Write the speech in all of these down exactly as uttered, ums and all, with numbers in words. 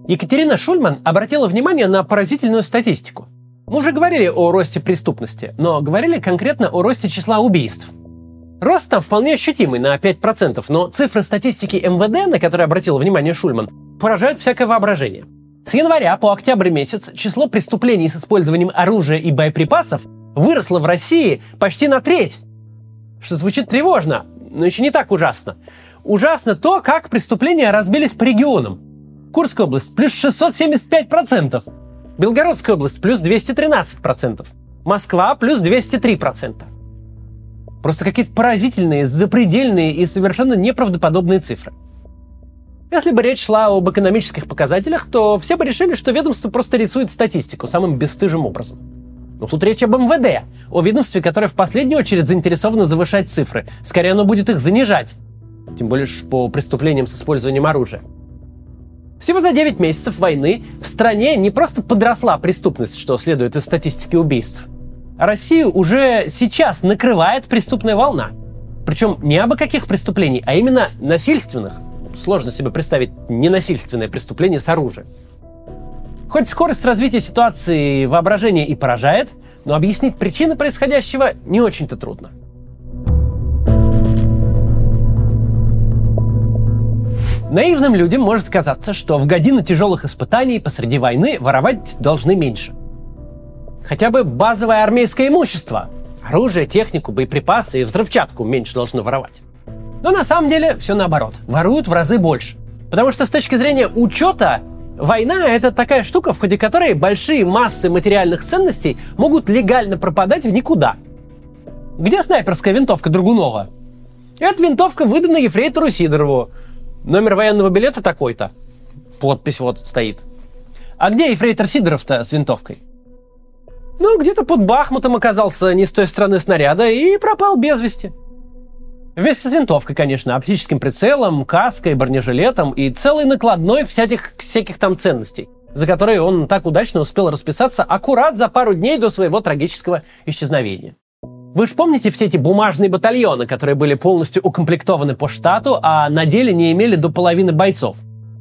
Екатерина Шульман обратила внимание на поразительную статистику. Мы уже говорили о росте преступности, но говорили конкретно о росте числа убийств. Рост там вполне ощутимый, на пять процентов, но цифры статистики эм вэ дэ, на которые обратила внимание Шульман, поражают всякое воображение. С января по октябрь месяц число преступлений с использованием оружия и боеприпасов выросло в России почти на треть. Что звучит тревожно, но еще не так ужасно. Ужасно то, как преступления разбились по регионам. Курская область – плюс шестьсот семьдесят пять процентов. Белгородская область – плюс двести тринадцать процентов. Москва – плюс двести три процента. Просто какие-то поразительные, запредельные и совершенно неправдоподобные цифры. Если бы речь шла об экономических показателях, то все бы решили, что ведомство просто рисует статистику самым бесстыжим образом. Но тут речь об эм вэ дэ, о ведомстве, которое в последнюю очередь заинтересовано завышать цифры. Скорее, оно будет их занижать. Тем более по преступлениям с использованием оружия. Всего за девять месяцев войны в стране не просто подросла преступность, что следует из статистики убийств. А Россию уже сейчас накрывает преступная волна. Причем не абы каких преступлений, а именно насильственных. Сложно себе представить ненасильственное преступление с оружием. Хоть скорость развития ситуации воображение и поражает, но объяснить причины происходящего не очень-то трудно. Наивным людям может казаться, что в годину тяжелых испытаний посреди войны воровать должны меньше. Хотя бы базовое армейское имущество. Оружие, технику, боеприпасы и взрывчатку меньше должны воровать. Но на самом деле все наоборот. Воруют в разы больше. Потому что с точки зрения учета, война — это такая штука, в ходе которой большие массы материальных ценностей могут легально пропадать в никуда. Где снайперская винтовка Драгунова? Эта винтовка выдана ефрейтору Сидорову. Номер военного билета такой-то. Подпись вот стоит. А где ефрейтор Сидоров-то с винтовкой? Ну, где-то под Бахмутом оказался не с той стороны снаряда и пропал без вести. Вместе с винтовкой, конечно, оптическим прицелом, каской, бронежилетом и целой накладной всяких, всяких там ценностей, за которые он так удачно успел расписаться аккурат за пару дней до своего трагического исчезновения. Вы же помните все эти бумажные батальоны, которые были полностью укомплектованы по штату, а на деле не имели до половины бойцов?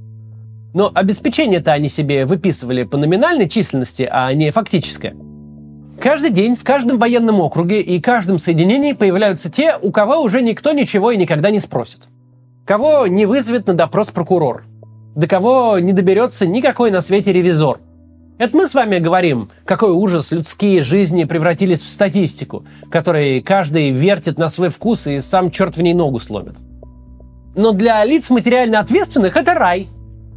Но обеспечение-то они себе выписывали по номинальной численности, а не фактическое. Каждый день в каждом военном округе и каждом соединении появляются те, у кого уже никто ничего и никогда не спросит. Кого не вызовет на допрос прокурор. До кого не доберется никакой на свете ревизор. Это мы с вами говорим, какой ужас людские жизни превратились в статистику, которой каждый вертит на свой вкус и сам черт в ней ногу сломит. Но для лиц материально ответственных это рай.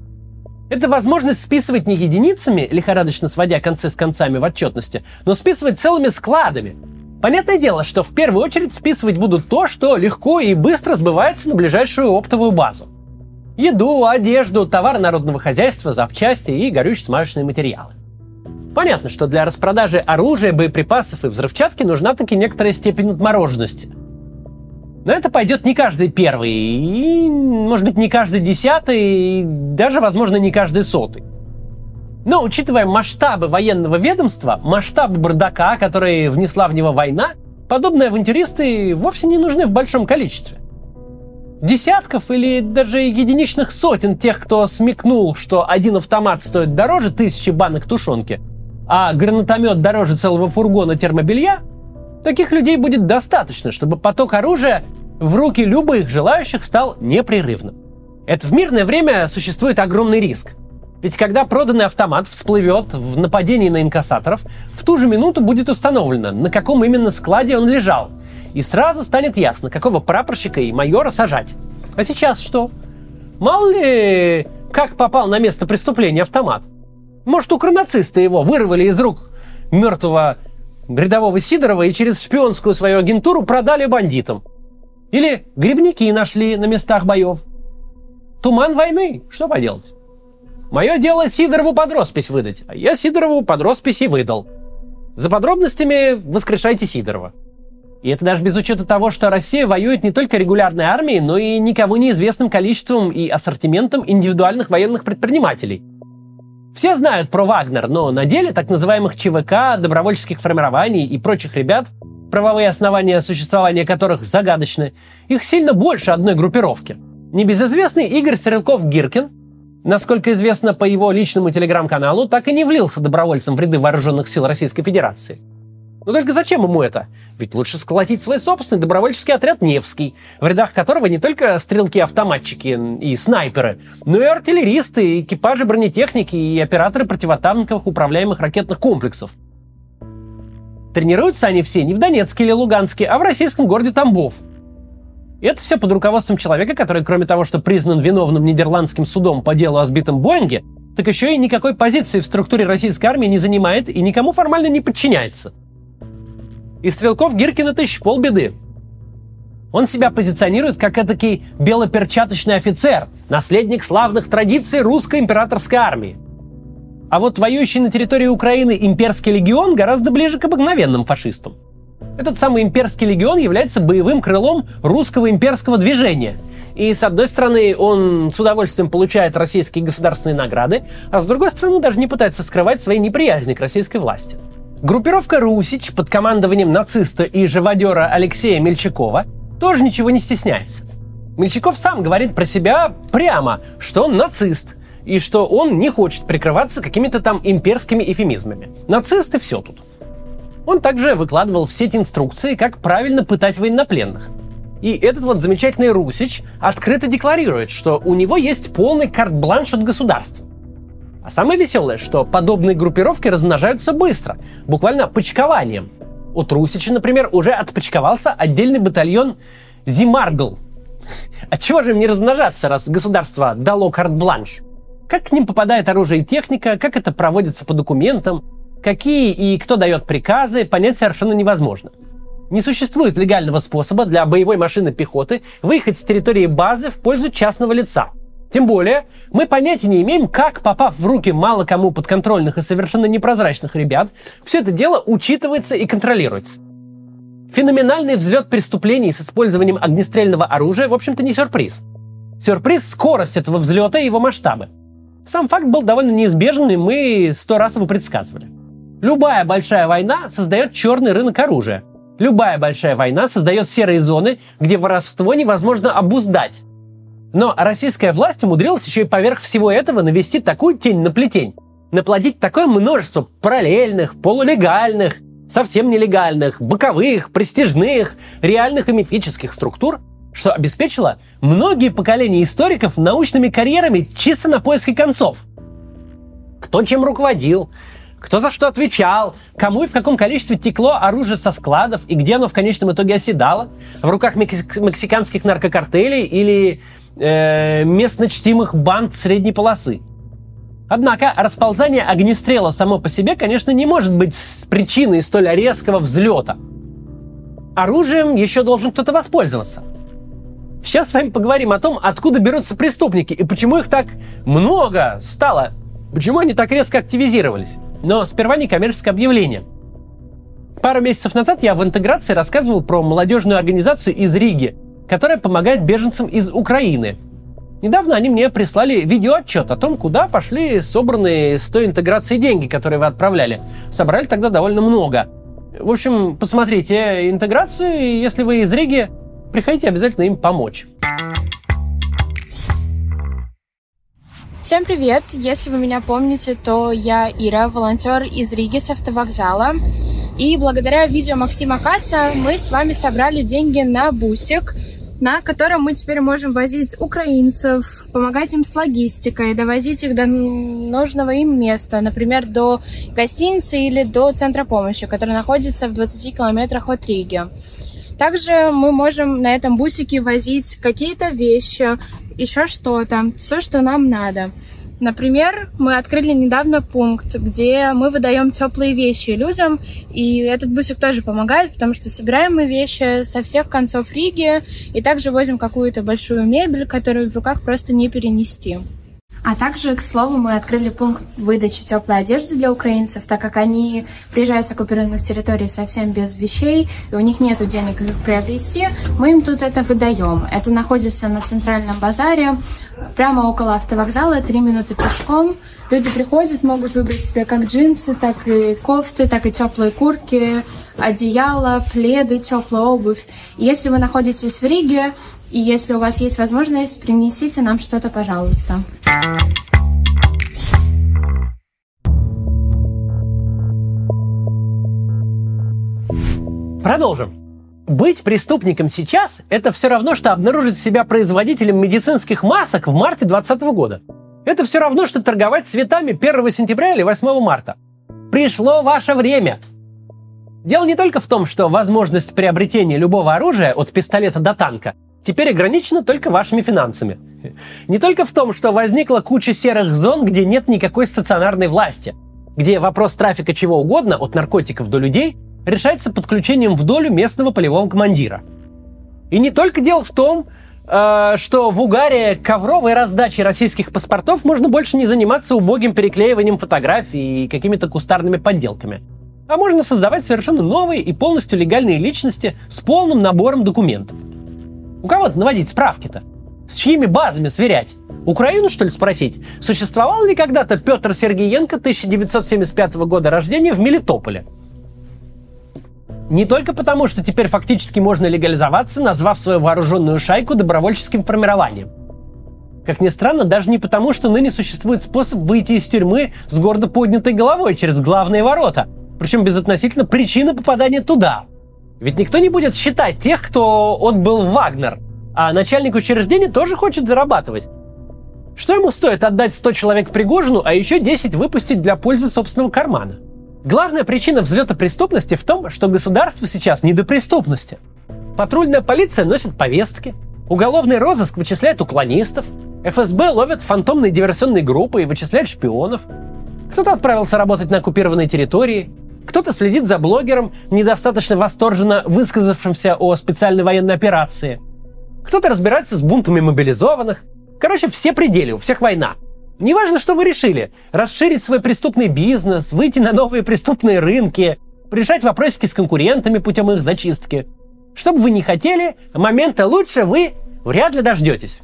Это возможность списывать не единицами, лихорадочно сводя концы с концами в отчетности, но списывать целыми складами. Понятное дело, что в первую очередь списывать будут то, что легко и быстро сбывается на ближайшую оптовую базу. Еду, одежду, товары народного хозяйства, запчасти и горюче-смазочные материалы. Понятно, что для распродажи оружия, боеприпасов и взрывчатки нужна таки некоторая степень отмороженности. Но это пойдет не каждый первый, и, может быть, не каждый десятый, и даже, возможно, не каждый сотый. Но, учитывая масштабы военного ведомства, масштабы бардака, которые внесла в него война, подобные авантюристы вовсе не нужны в большом количестве. Десятков или даже единичных сотен тех, кто смекнул, что один автомат стоит дороже тысячи банок тушенки, а гранатомет дороже целого фургона термобелья, таких людей будет достаточно, чтобы поток оружия в руки любых желающих стал непрерывным. Это в мирное время существует огромный риск. Ведь когда проданный автомат всплывет в нападении на инкассаторов, в ту же минуту будет установлено, на каком именно складе он лежал. И сразу станет ясно, какого прапорщика и майора сажать. А сейчас что? Мало ли, как попал на место преступления автомат. Может, укронацисты его вырвали из рук мертвого рядового Сидорова и через шпионскую свою агентуру продали бандитам. Или грибники нашли на местах боев. Туман войны, что поделать? Мое дело Сидорову под роспись выдать, а я Сидорову под роспись и выдал. За подробностями воскрешайте Сидорова. И это даже без учета того, что Россия воюет не только регулярной армией, но и никому неизвестным количеством и ассортиментом индивидуальных военных предпринимателей. Все знают про Вагнер, но на деле так называемых ЧВК, добровольческих формирований и прочих ребят, правовые основания существования которых загадочны, их сильно больше одной группировки. Небезызвестный Игорь Стрелков-Гиркин насколько известно по его личному телеграм-каналу, так и не влился добровольцем в ряды вооруженных сил Российской Федерации. Но только зачем ему это? Ведь лучше сколотить свой собственный добровольческий отряд «Невский», в рядах которого не только стрелки-автоматчики и снайперы, но и артиллеристы, экипажи бронетехники и операторы противотанковых управляемых ракетных комплексов. Тренируются они все не в Донецке или Луганске, а в российском городе Тамбов. И это все под руководством человека, который, кроме того, что признан виновным нидерландским судом по делу о сбитом Боинге, так еще и никакой позиции в структуре российской армии не занимает и никому формально не подчиняется. И стрелков Гиркина тысяч полбеды. Он себя позиционирует как этакий белоперчаточный офицер, наследник славных традиций русской императорской армии. А вот воюющий на территории Украины имперский легион гораздо ближе к обыкновенным фашистам. Этот самый имперский легион является боевым крылом русского имперского движения. И с одной стороны, он с удовольствием получает российские государственные награды, а с другой стороны, даже не пытается скрывать свои неприязни к российской власти. Группировка «Русич» под командованием нациста и живодера Алексея Мельчакова тоже ничего не стесняется. Мельчаков сам говорит про себя прямо, что он нацист, и что он не хочет прикрываться какими-то там имперскими эвфемизмами. Нацист и все тут. Он также выкладывал в сеть инструкции, как правильно пытать военнопленных. И этот вот замечательный Русич открыто декларирует, что у него есть полный карт-бланш от государства. А самое веселое, что подобные группировки размножаются быстро, буквально почкованием. От Русича, например, уже отпочковался отдельный батальон «Зимаргл». Отчего же им не размножаться, раз государство дало карт-бланш? Как к ним попадает оружие и техника, как это проводится по документам, какие и кто дает приказы, понять совершенно невозможно. Не существует легального способа для боевой машины пехоты выехать с территории базы в пользу частного лица. Тем более, мы понятия не имеем, как, попав в руки мало кому подконтрольных и совершенно непрозрачных ребят, все это дело учитывается и контролируется. Феноменальный взлет преступлений с использованием огнестрельного оружия, в общем-то, не сюрприз. Сюрприз — скорость этого взлета и его масштабы. Сам факт был довольно неизбежен, и мы сто раз его предсказывали. Любая большая война создает черный рынок оружия. Любая большая война создает серые зоны, где воровство невозможно обуздать. Но российская власть умудрилась еще и поверх всего этого навести такую тень на плетень, наплодить такое множество параллельных, полулегальных, совсем нелегальных, боковых, престижных, реальных и мифических структур, что обеспечило многие поколения историков научными карьерами чисто на поиске концов. Кто чем руководил, кто за что отвечал, кому и в каком количестве текло оружие со складов и где оно в конечном итоге оседало, в руках мексиканских наркокартелей или э, местно чтимых банд средней полосы. Однако расползание огнестрела само по себе, конечно, не может быть причиной столь резкого взлета. Оружием еще должен кто-то воспользоваться. Сейчас с вами поговорим о том, откуда берутся преступники и почему их так много стало, почему они так резко активизировались. Но сперва некоммерческое объявление. Пару месяцев назад я в интеграции рассказывал про молодежную организацию из Риги, которая помогает беженцам из Украины. Недавно они мне прислали видеоотчет о том, куда пошли собранные с той интеграции деньги, которые вы отправляли. Собрали тогда довольно много. В общем, посмотрите интеграцию, и если вы из Риги, приходите обязательно им помочь. Всем привет! Если вы меня помните, то я Ира, волонтер из Риги с автовокзала. И благодаря видео Максима Каца мы с вами собрали деньги на бусик, на котором мы теперь можем возить украинцев, помогать им с логистикой, довозить их до нужного им места, например, до гостиницы или до центра помощи, который находится в двадцати километрах от Риги. Также мы можем на этом бусике возить какие-то вещи, еще что-то, все, что нам надо. Например, мы открыли недавно пункт, где мы выдаем теплые вещи людям, и этот бусик тоже помогает, потому что собираем мы вещи со всех концов Риги, и также возим какую-то большую мебель, которую в руках просто не перенести. А также, к слову, мы открыли пункт выдачи теплой одежды для украинцев, так как они приезжают с оккупированных территорий совсем без вещей, и у них нет денег их приобрести, мы им тут это выдаем. Это находится на центральном базаре, прямо около автовокзала, три минуты пешком. Люди приходят, могут выбрать себе как джинсы, так и кофты, так и теплые куртки, одеяла, пледы, теплая обувь. И если вы находитесь в Риге, и если у вас есть возможность, принесите нам что-то, пожалуйста. Продолжим. Быть преступником сейчас – это все равно, что обнаружить себя производителем медицинских масок в марте двадцатого года. Это все равно, что торговать цветами первого сентября или восьмого марта. Пришло ваше время. Дело не только в том, что возможность приобретения любого оружия, от пистолета до танка, теперь ограничена только вашими финансами. Не только в том, что возникла куча серых зон, где нет никакой стационарной власти, где вопрос трафика чего угодно, от наркотиков до людей, решается подключением в долю местного полевого командира. И не только дело в том, э, что в угаре ковровой раздачи российских паспортов можно больше не заниматься убогим переклеиванием фотографий и какими-то кустарными подделками, а можно создавать совершенно новые и полностью легальные личности с полным набором документов. У кого-то наводить справки-то? С чьими базами сверять? Украину, что ли, спросить? Существовал ли когда-то Петр Сергеенко тысяча девятьсот семьдесят пятого года рождения в Мелитополе? Не только потому, что теперь фактически можно легализоваться, назвав свою вооруженную шайку добровольческим формированием. Как ни странно, даже не потому, что ныне существует способ выйти из тюрьмы с гордо поднятой головой через главные ворота, причем безотносительно причины попадания туда. Ведь никто не будет считать тех, кто отбыл в Вагнер, а начальник учреждения тоже хочет зарабатывать. Что ему стоит отдать сто человек Пригожину, а еще десять выпустить для пользы собственного кармана? Главная причина взлета преступности в том, что государство сейчас не до преступности. Патрульная полиция носит повестки, уголовный розыск вычисляет уклонистов, эф эс бэ ловит фантомные диверсионные группы и вычисляет шпионов. Кто-то отправился работать на оккупированной территории, кто-то следит за блогером, недостаточно восторженно высказавшимся о специальной военной операции. Кто-то разбирается с бунтами мобилизованных. Короче, все пределы, у всех война. Неважно, что вы решили. Расширить свой преступный бизнес, выйти на новые преступные рынки, решать вопросики с конкурентами путем их зачистки. Что бы вы ни хотели, момента лучше вы вряд ли дождетесь.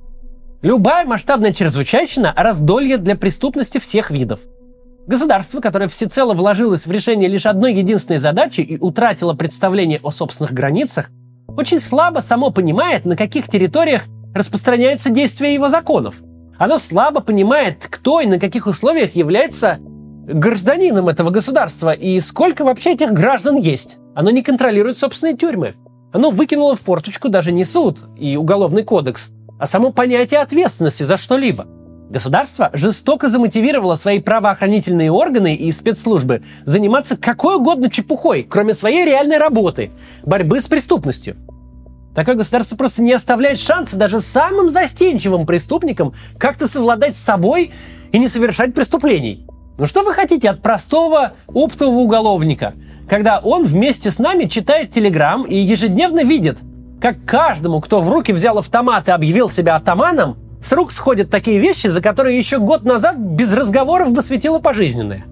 Любая масштабная чрезвычайщина – раздолье для преступности всех видов. Государство, которое всецело вложилось в решение лишь одной единственной задачи и утратило представление о собственных границах, очень слабо само понимает, на каких территориях распространяется действие его законов. Оно слабо понимает, кто и на каких условиях является гражданином этого государства и сколько вообще этих граждан есть. Оно не контролирует собственные тюрьмы. Оно выкинуло в форточку даже не суд и уголовный кодекс, а само понятие ответственности за что-либо. Государство жестоко замотивировало свои правоохранительные органы и спецслужбы заниматься какой угодно чепухой, кроме своей реальной работы – борьбы с преступностью. Такое государство просто не оставляет шанса даже самым застенчивым преступникам как-то совладать с собой и не совершать преступлений. Ну что вы хотите от простого оптового уголовника, когда он вместе с нами читает телеграм и ежедневно видит, как каждому, кто в руки взял автомат и объявил себя атаманом, с рук сходят такие вещи, за которые еще год назад без разговоров бы светило пожизненное.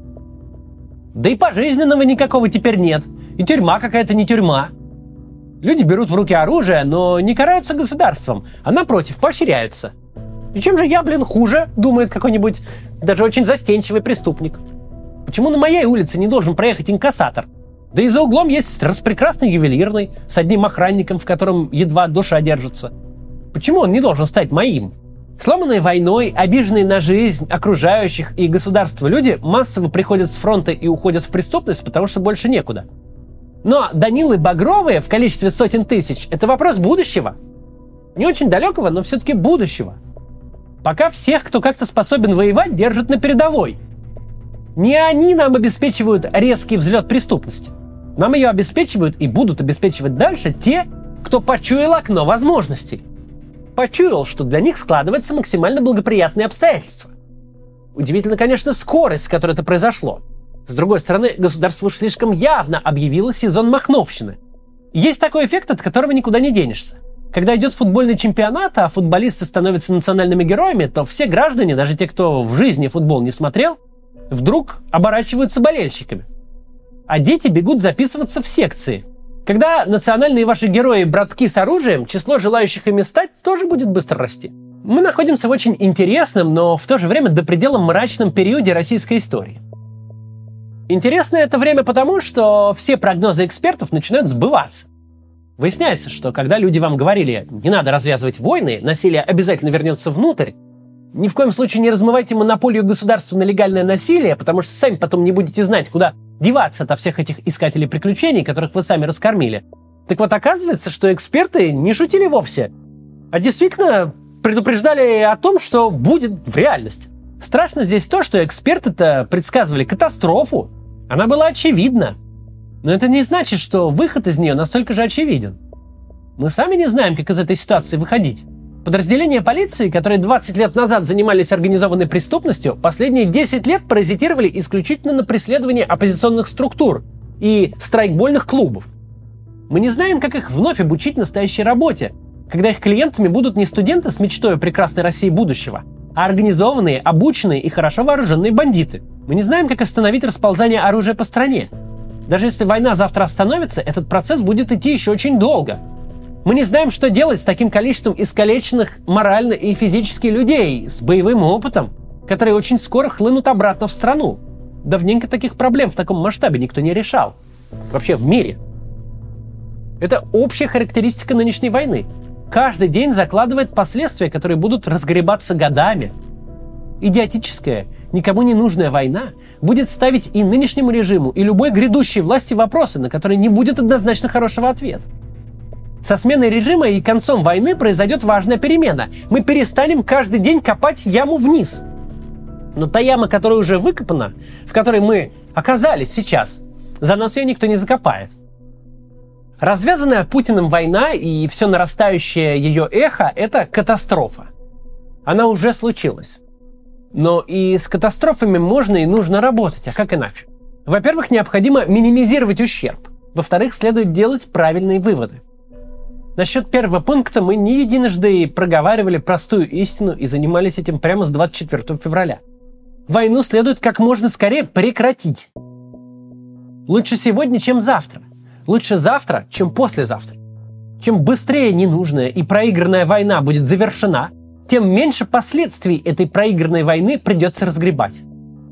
Да и пожизненного никакого теперь нет, и тюрьма какая-то не тюрьма. Люди берут в руки оружие, но не караются государством, а напротив, поощряются. И чем же я, блин, хуже, думает какой-нибудь даже очень застенчивый преступник. Почему на моей улице не должен проехать инкассатор? Да и за углом есть распрекрасный ювелирный, с одним охранником, в котором едва душа держится. Почему он не должен стать моим? Сломанные войной, обиженные на жизнь окружающих и государства люди массово приходят с фронта и уходят в преступность, потому что больше некуда. Но Данилы Багровые в количестве сотен тысяч – это вопрос будущего. Не очень далекого, но все-таки будущего. Пока всех, кто как-то способен воевать, держат на передовой. Не они нам обеспечивают резкий взлет преступности. Нам ее обеспечивают и будут обеспечивать дальше те, кто почуял окно возможностей. Почуял, что для них складываются максимально благоприятные обстоятельства. Удивительно, конечно, скорость, с которой это произошло. С другой стороны, государство уж слишком явно объявило сезон махновщины. Есть такой эффект, от которого никуда не денешься. Когда идет футбольный чемпионат, а футболисты становятся национальными героями, то все граждане, даже те, кто в жизни футбол не смотрел, вдруг оборачиваются болельщиками. А дети бегут записываться в секции. Когда национальные ваши герои братки с оружием, число желающих ими стать тоже будет быстро расти. Мы находимся в очень интересном, но в то же время до предела мрачном периоде российской истории. Интересно это время потому, что все прогнозы экспертов начинают сбываться. Выясняется, что когда люди вам говорили «не надо развязывать войны, насилие обязательно вернется внутрь», ни в коем случае не размывайте монополию государства на легальное насилие, потому что сами потом не будете знать, куда деваться от всех этих искателей приключений, которых вы сами раскормили. Так вот, оказывается, что эксперты не шутили вовсе, а действительно предупреждали о том, что будет в реальности. Страшно здесь то, что эксперты-то предсказывали катастрофу. Она была очевидна. Но это не значит, что выход из нее настолько же очевиден. Мы сами не знаем, как из этой ситуации выходить. Подразделения полиции, которые двадцать лет назад занимались организованной преступностью, последние десять лет паразитировали исключительно на преследовании оппозиционных структур и страйкбольных клубов. Мы не знаем, как их вновь обучить настоящей работе, когда их клиентами будут не студенты с мечтой о прекрасной России будущего, а организованные, обученные и хорошо вооруженные бандиты. Мы не знаем, как остановить расползание оружия по стране. Даже если война завтра остановится, этот процесс будет идти еще очень долго. Мы не знаем, что делать с таким количеством искалеченных морально и физически людей с боевым опытом, которые очень скоро хлынут обратно в страну. Давненько таких проблем в таком масштабе никто не решал. Вообще в мире. Это общая характеристика нынешней войны. Каждый день закладывает последствия, которые будут разгребаться годами. Идиотическая, никому не нужная война будет ставить и нынешнему режиму, и любой грядущей власти вопросы, на которые не будет однозначно хорошего ответа. Со сменой режима и концом войны произойдет важная перемена. Мы перестанем каждый день копать яму вниз. Но та яма, которая уже выкопана, в которой мы оказались сейчас, за нас ее никто не закопает. Развязанная Путиным война и все нарастающее ее эхо – это катастрофа. Она уже случилась. Но и с катастрофами можно и нужно работать, а как иначе? Во-первых, необходимо минимизировать ущерб. Во-вторых, следует делать правильные выводы. Насчет первого пункта мы не единожды проговаривали простую истину и занимались этим прямо с двадцать четвёртого февраля. Войну следует как можно скорее прекратить. Лучше сегодня, чем завтра. Лучше завтра, чем послезавтра. Чем быстрее ненужная и проигранная война будет завершена, тем меньше последствий этой проигранной войны придется разгребать.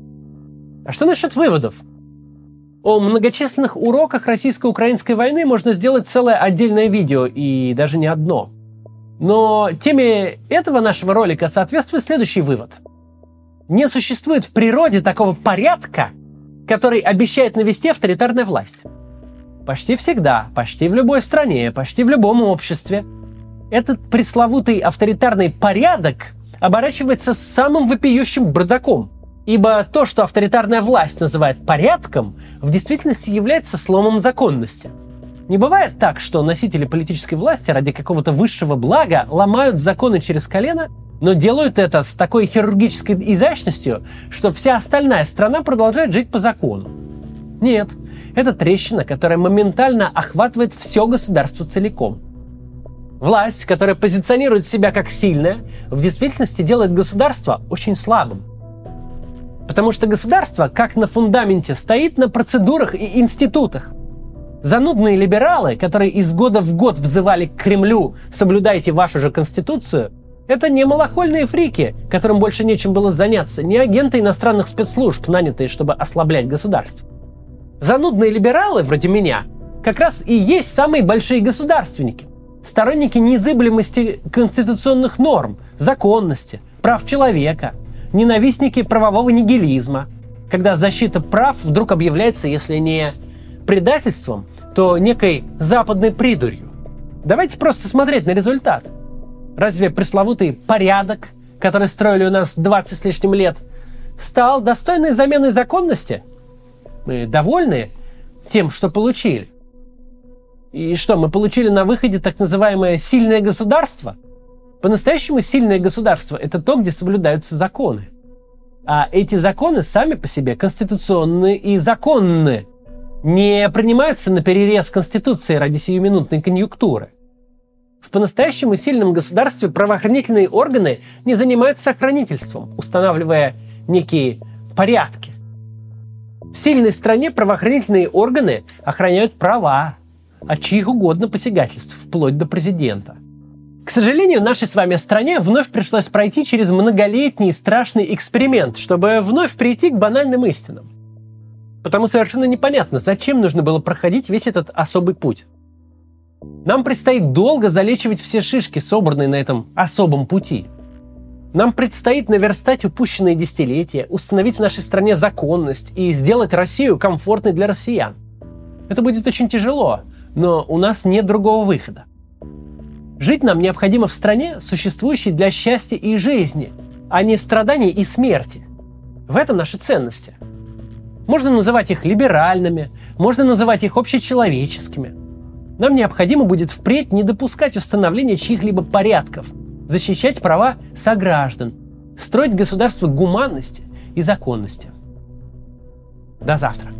А что насчет выводов? О многочисленных уроках российско-украинской войны можно сделать целое отдельное видео, и даже не одно. Но теме этого нашего ролика соответствует следующий вывод. Не существует в природе такого порядка, который обещает навести авторитарная власть. Почти всегда, почти в любой стране, почти в любом обществе этот пресловутый авторитарный порядок оборачивается самым вопиющим бардаком. Ибо то, что авторитарная власть называет порядком, в действительности является сломом законности. Не бывает так, что носители политической власти ради какого-то высшего блага ломают законы через колено, но делают это с такой хирургической изящностью, что вся остальная страна продолжает жить по закону. Нет, это трещина, которая моментально охватывает все государство целиком. Власть, которая позиционирует себя как сильная, в действительности делает государство очень слабым. Потому что государство, как на фундаменте, стоит на процедурах и институтах. Занудные либералы, которые из года в год взывали к Кремлю «соблюдайте вашу же конституцию», это не малохольные фрики, которым больше нечем было заняться, не агенты иностранных спецслужб, нанятые, чтобы ослаблять государство. Занудные либералы, вроде меня, как раз и есть самые большие государственники, сторонники неизыблемости конституционных норм, законности, прав человека, ненавистники правового нигилизма, когда защита прав вдруг объявляется, если не предательством, то некой западной придурью. Давайте просто смотреть на результаты. Разве пресловутый порядок, который строили у нас двадцать с лишним лет, стал достойной заменой законности? Мы довольны тем, что получили. И что, мы получили на выходе так называемое сильное государство? По-настоящему сильное государство – это то, где соблюдаются законы. А эти законы сами по себе конституционные и законные. Не принимаются на перерез Конституции ради сиюминутной конъюнктуры. В по-настоящему сильном государстве правоохранительные органы не занимаются охранительством, устанавливая некие порядки. В сильной стране правоохранительные органы охраняют права от чьих угодно посягательств, вплоть до президента. К сожалению, нашей с вами стране вновь пришлось пройти через многолетний страшный эксперимент, чтобы вновь прийти к банальным истинам. Потому совершенно непонятно, зачем нужно было проходить весь этот особый путь. Нам предстоит долго залечивать все шишки, собранные на этом особом пути. Нам предстоит наверстать упущенные десятилетия, установить в нашей стране законность и сделать Россию комфортной для россиян. Это будет очень тяжело, но у нас нет другого выхода. Жить нам необходимо в стране, существующей для счастья и жизни, а не страданий и смерти. В этом наши ценности. Можно называть их либеральными, можно называть их общечеловеческими. Нам необходимо будет впредь не допускать установления чьих-либо порядков, защищать права сограждан, строить государство гуманности и законности. До завтра.